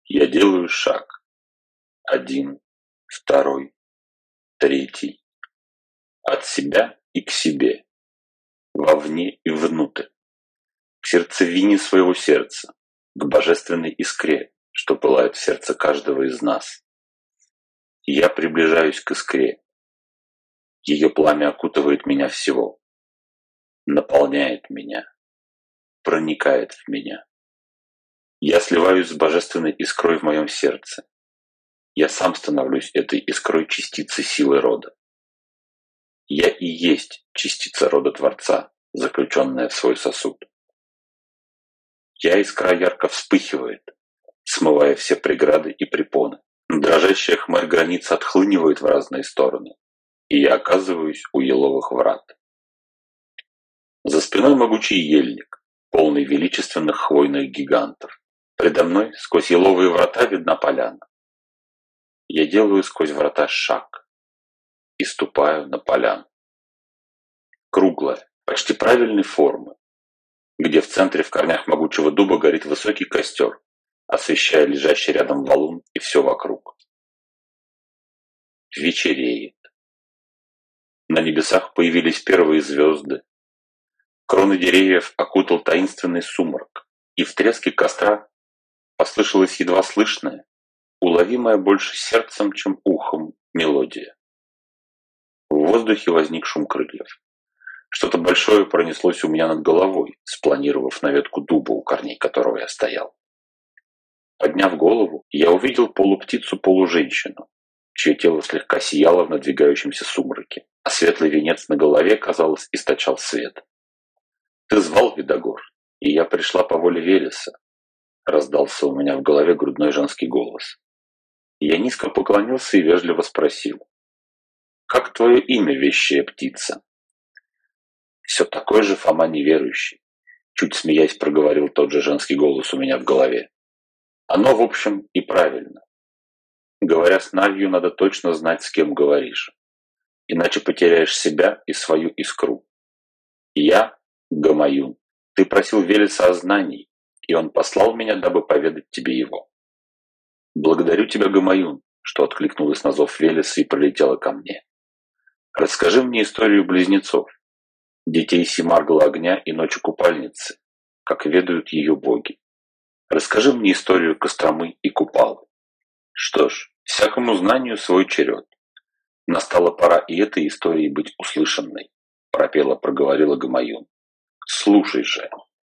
Я делаю шаг. 1, 2, 3. От себя и к себе. Вовне и внутрь. К сердцевине своего сердца. К божественной искре, что пылает в сердце каждого из нас. Я приближаюсь к искре. Ее пламя окутывает меня всего. Наполняет меня. Проникает в меня. Я сливаюсь с божественной искрой в моем сердце. Я сам становлюсь этой искрой частицы силы рода. Я и есть частица рода Творца, заключенная в свой сосуд. Я искра ярко вспыхивает, смывая все преграды и препоны. Дрожащая хмарь границ отхлынивает в разные стороны, и я оказываюсь у еловых врат. За спиной могучий ельник, полный величественных хвойных гигантов. Предо мной сквозь еловые врата видна поляна. Я делаю сквозь врата шаг и ступаю на поляну. Круглая, почти правильной формы, где в центре в корнях могучего дуба горит высокий костер, освещая лежащий рядом валун и все вокруг. Вечереет. На небесах появились первые звезды. Кроны деревьев окутал таинственный сумрак, и в треске костра послышалась едва слышная, уловимая больше сердцем, чем ухом, мелодия. В воздухе возник шум крыльев. Что-то большое пронеслось у меня над головой, спланировав на ветку дуба, у корней которого я стоял. Подняв голову, я увидел полуптицу-полуженщину, чье тело слегка сияло в надвигающемся сумраке, а светлый венец на голове, казалось, источал свет. «Ты звал, Видогор, и я пришла по воле Велеса», — раздался у меня в голове грудной женский голос. Я низко поклонился и вежливо спросил: «Как твое имя, вещая птица?» «Все такой же Фома неверующий», — чуть смеясь проговорил тот же женский голос у меня в голове. «Оно, в общем, и правильно. Говоря с Навью, надо точно знать, с кем говоришь, иначе потеряешь себя и свою искру. Я — Гамаюн. Ты просил Велеса о знании, и он послал меня, дабы поведать тебе его. Благодарю тебя, Гамаюн, что откликнулась на зов Велеса и прилетела ко мне. Расскажи мне историю близнецов, детей Семаргла огня и ночи купальницы, как ведают ее боги. Расскажи мне историю Костромы и Купалы». Что ж, всякому знанию свой черед. Настала пора и этой истории быть услышанной, проговорила Гамаюн. Слушай же.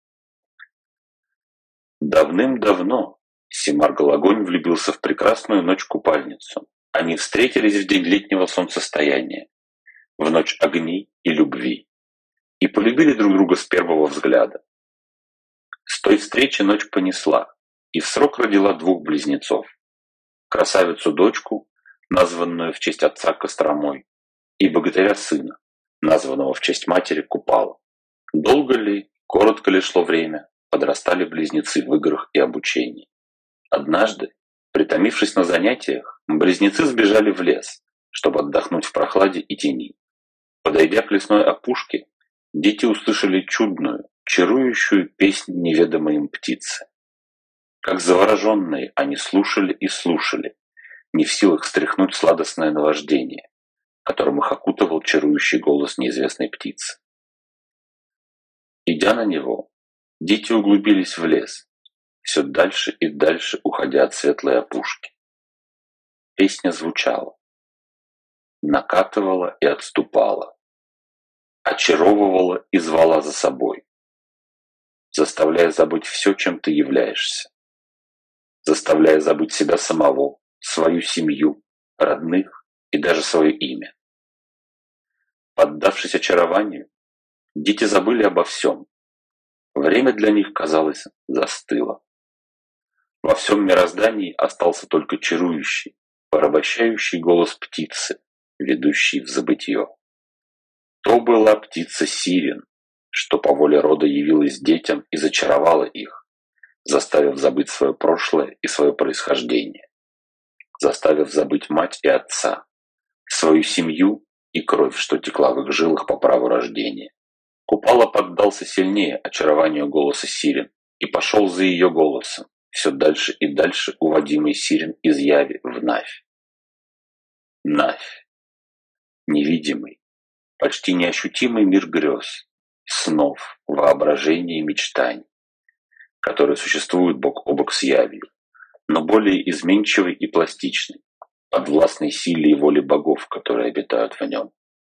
Давным-давно Семаргл огонь влюбился в прекрасную ночь-купальницу. Они встретились в день летнего солнцестояния, в ночь огней и любви, и полюбили друг друга с первого взгляда. С той встречи ночь понесла, и в срок родила двух близнецов. Красавицу-дочку, названную в честь отца Костромой, и богатыря-сына, названного в честь матери Купала. Долго ли, коротко ли шло время, подрастали близнецы в играх и обучении. Однажды, притомившись на занятиях, близнецы сбежали в лес, чтобы отдохнуть в прохладе и тени. Подойдя к лесной опушке, дети услышали чудную, чарующую песнь неведомой им птицы. Как завороженные они слушали и слушали, не в силах стряхнуть сладостное наваждение, которым их окутывал чарующий голос неизвестной птицы. Идя на него, дети углубились в лес, все дальше и дальше уходя от светлой опушки. Песня звучала, накатывала и отступала, очаровывала и звала за собой, заставляя забыть все, чем ты являешься, заставляя забыть себя самого, свою семью, родных и даже свое имя. Поддавшись очарованию, дети забыли обо всем. Время для них, казалось, застыло. Во всем мироздании остался только чарующий, порабощающий голос птицы, ведущий в забытье. То была птица Сирен, что по воле рода явилась детям и зачаровала их, заставив забыть свое прошлое и свое происхождение, заставив забыть мать и отца, свою семью и кровь, что текла в их жилах по праву рождения. Купала поддался сильнее очарованию голоса Сирен и пошел за ее голосом, все дальше и дальше уводимый Сирен из яви в Навь. Навь. Невидимый, почти неощутимый мир грез, снов, воображения и мечтаний, которые существуют бок о бок с явью, но более изменчивый и пластичный, подвластной силе и воле богов, которые обитают в нем.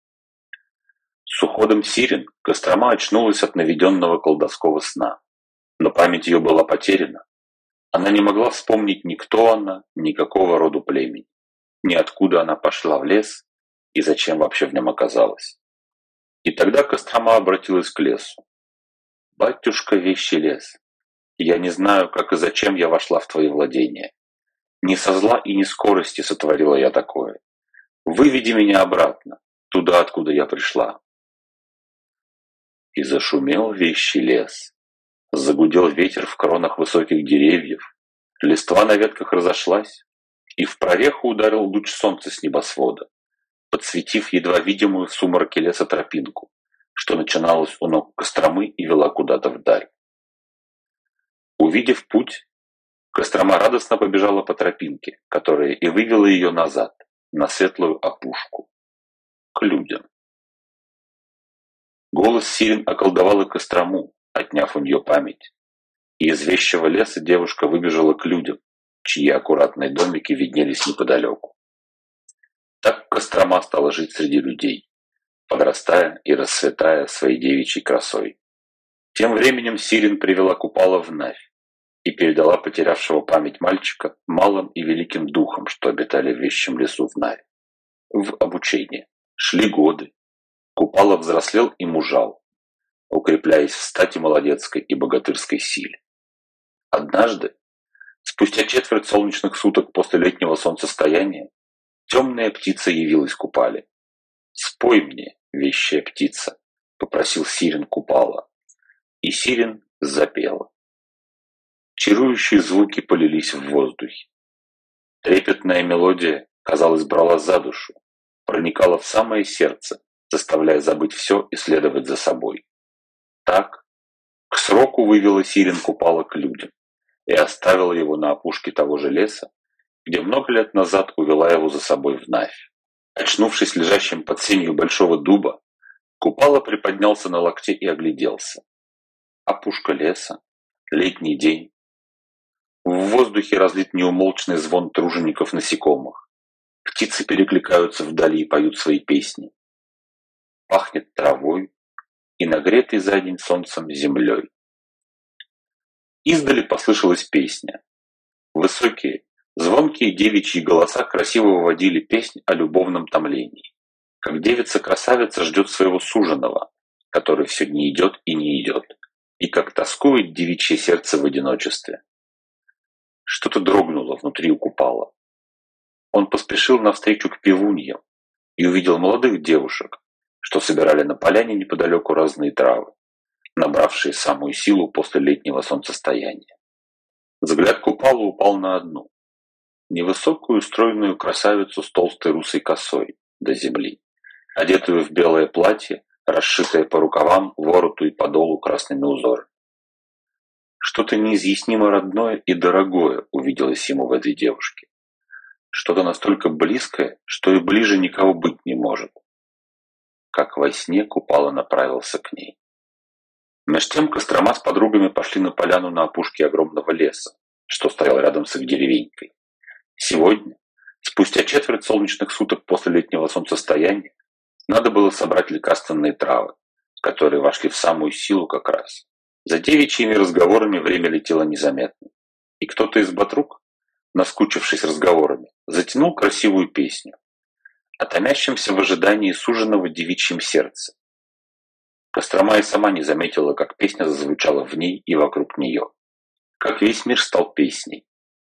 С уходом Сирен Кострома очнулась от наведенного колдовского сна, но память ее была потеряна. Она не могла вспомнить ни кто она, ни какого роду племени, ни откуда она пошла в лес и зачем вообще в нем оказалась. И тогда Кострома обратилась к лесу. «Батюшка, вещий лес, я не знаю, как и зачем я вошла в твои владения. Не со зла и не скорости сотворила я такое. Выведи меня обратно, туда, откуда я пришла». И зашумел вещий лес. Загудел ветер в кронах высоких деревьев, листва на ветках разошлась, и в прореху ударил луч солнца с небосвода, подсветив едва видимую в сумраке леса тропинку, что начиналась у ног Костромы и вела куда-то вдаль. Увидев путь, Кострома радостно побежала по тропинке, которая и вывела ее назад, на светлую опушку, к людям. Голос Сирен околдовал и Кострому, отняв у нее память, и из вещего леса девушка выбежала к людям, чьи аккуратные домики виднелись неподалеку. Так Кострома стала жить среди людей, подрастая и расцветая своей девичьей красой. Тем временем Сирен привела Купала в Навь и передала потерявшего память мальчика малым и великим духам, что обитали в вещем лесу в Навь, в обучение. Шли годы. Купала взрослел и мужал, укрепляясь в стати молодецкой и богатырской силе. Однажды, спустя четверть солнечных суток после летнего солнцестояния, темная птица явилась Купале. «Спой мне, вещая птица», — попросил Сирен Купала, и Сирен запела. Чарующие звуки полились в воздухе. Трепетная мелодия, казалось, брала за душу, проникала в самое сердце, заставляя забыть все и следовать за собой. Так, к сроку вывела Сирен Купала к людям и оставила его на опушке того же леса, где много лет назад увела его за собой в Навь. Очнувшись лежащим под сенью большого дуба, Купала приподнялся на локте и огляделся. Опушка леса, летний день. В воздухе разлит неумолчный звон тружеников насекомых. Птицы перекликаются вдали и поют свои песни. Пахнет травой и нагретой за день солнцем землей. Издали послышалась песня. Высокие, звонкие девичьи голоса красиво выводили песнь о любовном томлении. Как девица-красавица ждет своего суженого, который все не идет и не идет, и как тоскует девичье сердце в одиночестве. Что-то дрогнуло внутри у Купала. Он поспешил навстречу к певуньям и увидел молодых девушек, что собирали на поляне неподалеку разные травы, набравшие самую силу после летнего солнцестояния. Взгляд Купала упал на одну, невысокую стройную красавицу с толстой русой косой до земли, одетую в белое платье, расшитое по рукавам, вороту и подолу красными узорами. Что-то неизъяснимо родное и дорогое увиделось ему в этой девушке. Что-то настолько близкое, что и ближе никого быть не может. Как во сне Купала направился к ней. Меж тем Кострома с подругами пошли на поляну на опушке огромного леса, что стоял рядом с их деревенькой. Сегодня, спустя четверть солнечных суток после летнего солнцестояния, надо было собрать лекарственные травы, которые вошли в самую силу как раз. За девичьими разговорами время летело незаметно, и кто-то из батрук, наскучившись разговорами, затянул красивую песню о томящемся в ожидании суженого девичьем сердце. Кострома и сама не заметила, как песня зазвучала в ней и вокруг нее, как весь мир стал песней.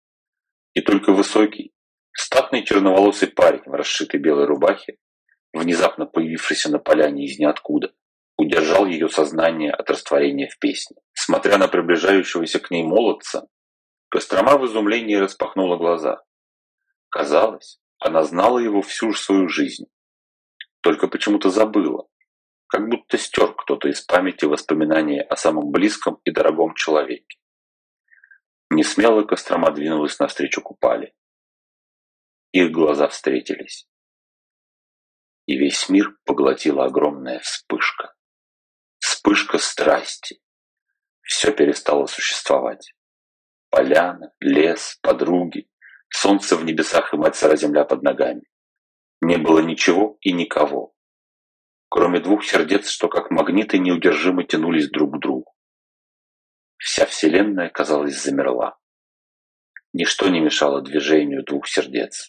И только высокий, статный черноволосый парень в расшитой белой рубахе, внезапно появившийся на поляне из ниоткуда, удержал ее сознание от растворения в песне. Смотря на приближающегося к ней молодца, Кострома в изумлении распахнула глаза. Казалось, она знала его всю свою жизнь, только почему-то забыла, как будто стер кто-то из памяти воспоминания о самом близком и дорогом человеке. Несмело Кострома двинулась навстречу Купали. Их глаза встретились, и весь мир поглотила огромная вспышка. Вспышка страсти. Все перестало существовать. Поляна, лес, подруги, солнце в небесах и мать-сыра земля под ногами. Не было ничего и никого, кроме двух сердец, что как магниты неудержимо тянулись друг к другу. Вся вселенная, казалось, замерла. Ничто не мешало движению двух сердец.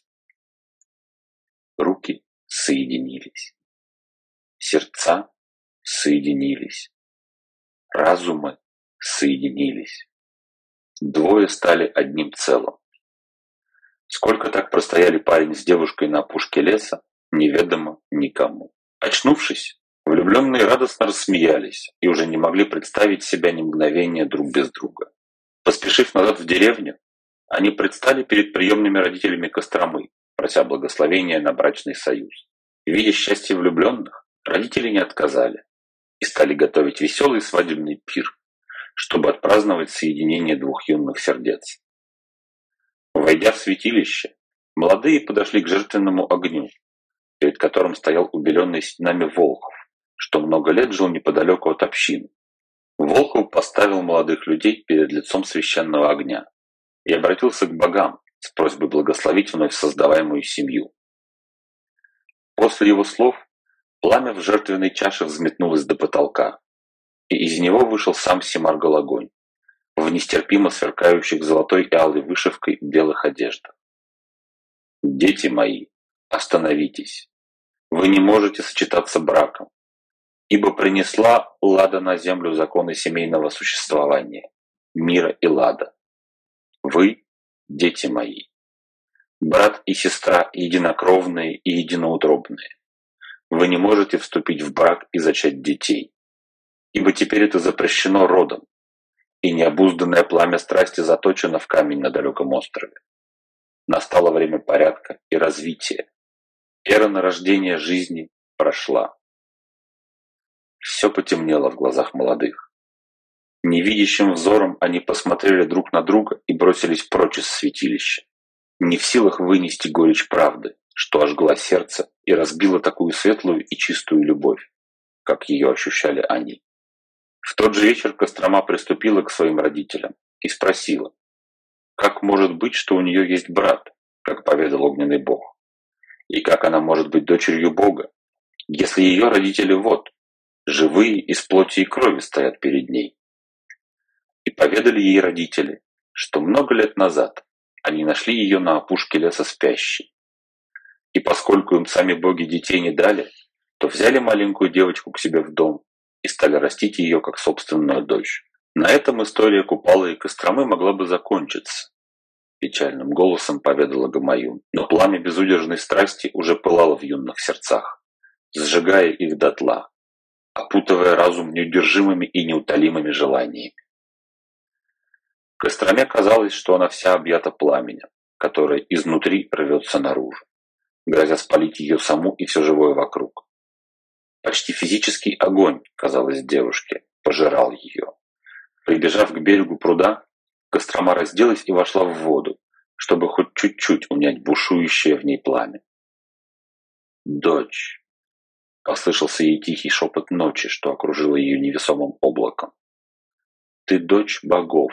Руки соединились. Сердца соединились. Разумы соединились. Двое стали одним целым. Сколько так простояли парень с девушкой на опушке леса, неведомо никому. Очнувшись, влюбленные радостно рассмеялись и уже не могли представить себя ни мгновения друг без друга. Поспешив назад в деревню, они предстали перед приемными родителями Костромы, прося благословения на брачный союз. Видя счастье влюбленных, родители не отказали и стали готовить веселый свадебный пир, чтобы отпраздновать соединение двух юных сердец. Войдя в святилище, молодые подошли к жертвенному огню, перед которым стоял убеленный сединами Волхв, что много лет жил неподалеку от общины. Волхв поставил молодых людей перед лицом священного огня и обратился к богам с просьбой благословить вновь создаваемую семью. После его слов пламя в жертвенной чаше взметнулось до потолка, и из него вышел сам Семаргл-огонь в нестерпимо сверкающих золотой и алой вышивкой белых одеждах. «Дети мои, остановитесь! Вы не можете сочетаться браком, ибо принесла Лада на землю законы семейного существования, мира и лада. Вы, дети мои, брат и сестра единокровные и единоутробные. Вы не можете вступить в брак и зачать детей, ибо теперь это запрещено родом, и необузданное пламя страсти заточено в камень на далеком острове. Настало время порядка и развития. Эра нарождения жизни прошла». Все потемнело в глазах молодых. Невидящим взором они посмотрели друг на друга и бросились прочь из святилища, не в силах вынести горечь правды, что ожгла сердце и разбила такую светлую и чистую любовь, как ее ощущали они. В тот же вечер Кострома приступила к своим родителям и спросила, как может быть, что у нее есть брат, как поведал огненный бог, и как она может быть дочерью Бога, если ее родители вот, живые из плоти и крови стоят перед ней. И поведали ей родители, что много лет назад они нашли ее на опушке леса спящей. И поскольку им сами боги детей не дали, то взяли маленькую девочку к себе в дом и стали растить ее как собственную дочь. На этом история Купалы и Костромы могла бы закончиться, печальным голосом поведала Гамаюн, но пламя безудержной страсти уже пылало в юных сердцах, сжигая их дотла, опутывая разум неудержимыми и неутолимыми желаниями. Костроме казалось, что она вся объята пламенем, которое изнутри рвется наружу, грозя спалить ее саму и все живое вокруг. Почти физический огонь, казалось девушке, пожирал ее. Прибежав к берегу пруда, Кострома разделась и вошла в воду, чтобы хоть чуть-чуть унять бушующее в ней пламя. «Дочь!» — послышался ей тихий шепот ночи, что окружило ее невесомым облаком. «Ты дочь богов.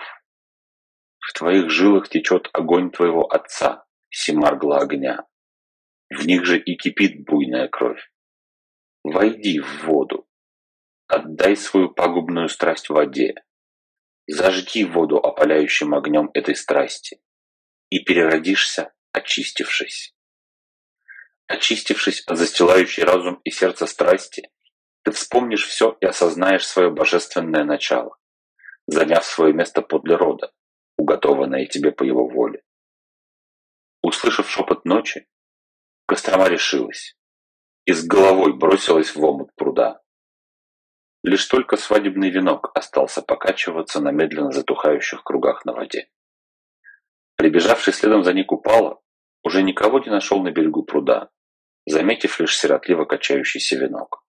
В твоих жилах течет огонь твоего отца, Семаргла огня. В них же и кипит буйная кровь. Войди в воду, отдай свою пагубную страсть в воде, зажги воду опаляющим огнем этой страсти, и переродишься, очистившись. Очистившись от застилающей разум и сердце страсти, ты вспомнишь все и осознаешь свое божественное начало, заняв свое место подле рода, уготованное тебе по его воле». Услышав шепот ночи, Кострома решилась и с головой бросилась в омут пруда. Лишь только свадебный венок остался покачиваться на медленно затухающих кругах на воде. Прибежавший следом за ней Купала уже никого не нашел на берегу пруда, заметив лишь сиротливо качающийся венок.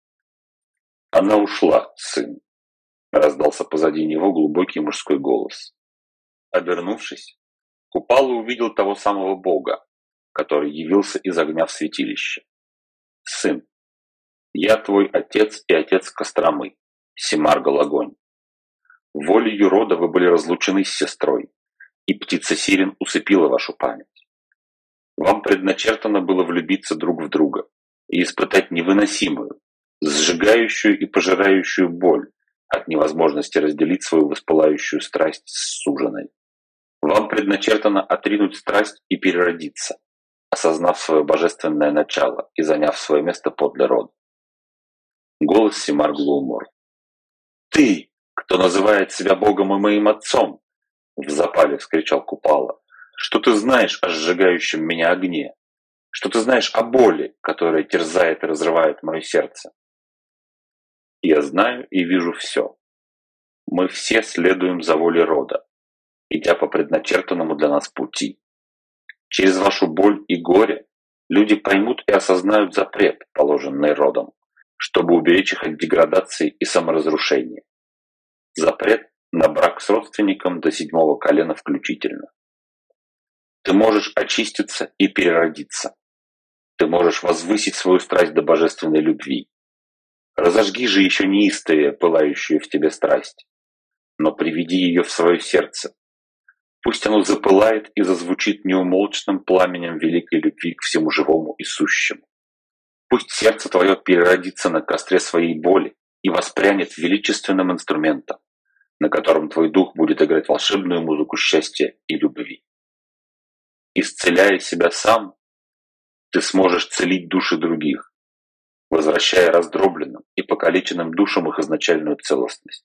«Она ушла, сын», — раздался позади него глубокий мужской голос. Обернувшись, Купала увидел того самого бога, который явился из огня в святилище. «Сын, я твой отец и отец Костромы, Семаргл Огонь. Волею рода вы были разлучены с сестрой, и птица Сирен усыпила вашу память. Вам предначертано было влюбиться друг в друга и испытать невыносимую, сжигающую и пожирающую боль от невозможности разделить свою воспылающую страсть с суженой. Вам предначертано отринуть страсть и переродиться, осознав свое божественное начало и заняв свое место подле рода». Голос Семаргла умолк. «Ты, кто называет себя Богом и моим отцом!» — в запале вскричал Купала. «Что ты знаешь о сжигающем меня огне? Что ты знаешь о боли, которая терзает и разрывает мое сердце?» «Я знаю и вижу все. Мы все следуем за волей рода, идя по предначертанному для нас пути. Через вашу боль и горе люди поймут и осознают запрет, положенный родом, чтобы уберечь их от деградации и саморазрушения. Запрет на брак с родственником до 7-го колена включительно. Ты можешь очиститься и переродиться. Ты можешь возвысить свою страсть до божественной любви. Разожги же еще неистовее пылающую в тебе страсть, но приведи ее в свое сердце. Пусть оно запылает и зазвучит неумолчным пламенем великой любви к всему живому и сущему. Пусть сердце твое переродится на костре своей боли и воспрянет величественным инструментом, на котором твой дух будет играть волшебную музыку счастья и любви. Исцеляя себя сам, ты сможешь целить души других, возвращая раздробленным и покалеченным душам их изначальную целостность.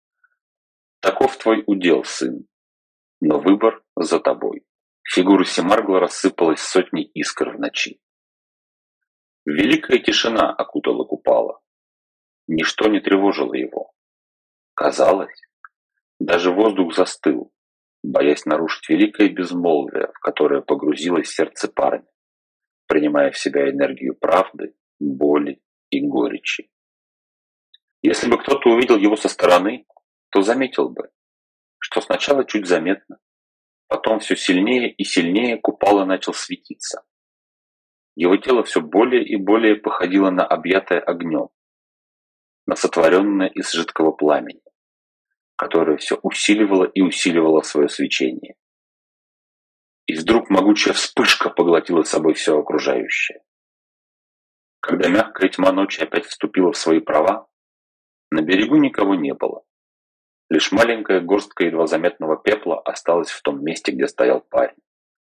Таков твой удел, сын, но выбор за тобой. Фигура Семаргла рассыпалась сотней искр в ночи. Великая тишина окутала Купала. Ничто не тревожило его. Казалось, даже воздух застыл, боясь нарушить великое безмолвие, в которое погрузилось сердце парня, принимая в себя энергию правды, боли и горечи. Если бы кто-то увидел его со стороны, то заметил бы, что сначала чуть заметно, потом все сильнее и сильнее Купала начал светиться. Его тело все более и более походило на объятое огнем, на сотворенное из жидкого пламени, которое все усиливало и усиливало свое свечение. И вдруг могучая вспышка поглотила собой все окружающее. Когда мягкая тьма ночи опять вступила в свои права, на берегу никого не было. Лишь маленькая горстка едва заметного пепла осталась в том месте, где стоял парень.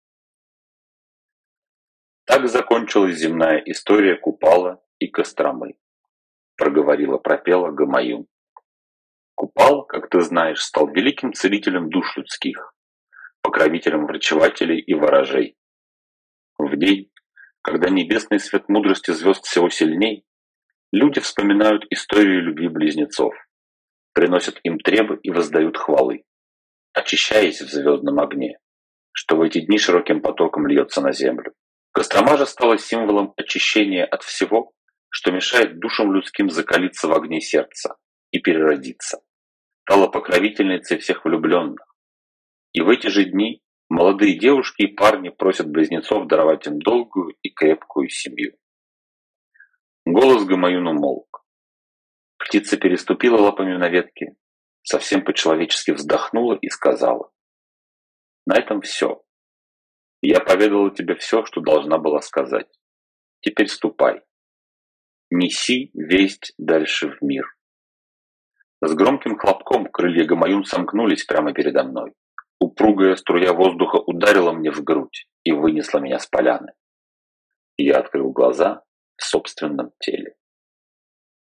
Так закончилась земная история Купала и Костромы, пропела Гамаюн. Купал, как ты знаешь, стал великим целителем душ людских, покровителем врачевателей и ворожей. В день, когда небесный свет мудрости звезд всего сильней, люди вспоминают историю любви близнецов, приносят им требы и воздают хвалы, очищаясь в звездном огне, что в эти дни широким потоком льется на землю. Кострома же стала символом очищения от всего, что мешает душам людским закалиться в огне сердца и переродиться. Стала покровительницей всех влюбленных. И в эти же дни молодые девушки и парни просят близнецов даровать им долгую и крепкую семью. Голос Гамаюн умолк. Птица переступила лапами на ветке, совсем по-человечески вздохнула и сказала: «На этом все. Я поведала тебе все, что должна была сказать. Теперь ступай. Неси весть дальше в мир». С громким хлопком крылья Гамаюн сомкнулись прямо передо мной. Упругая струя воздуха ударила мне в грудь и вынесла меня с поляны. Я открыл глаза в собственном теле.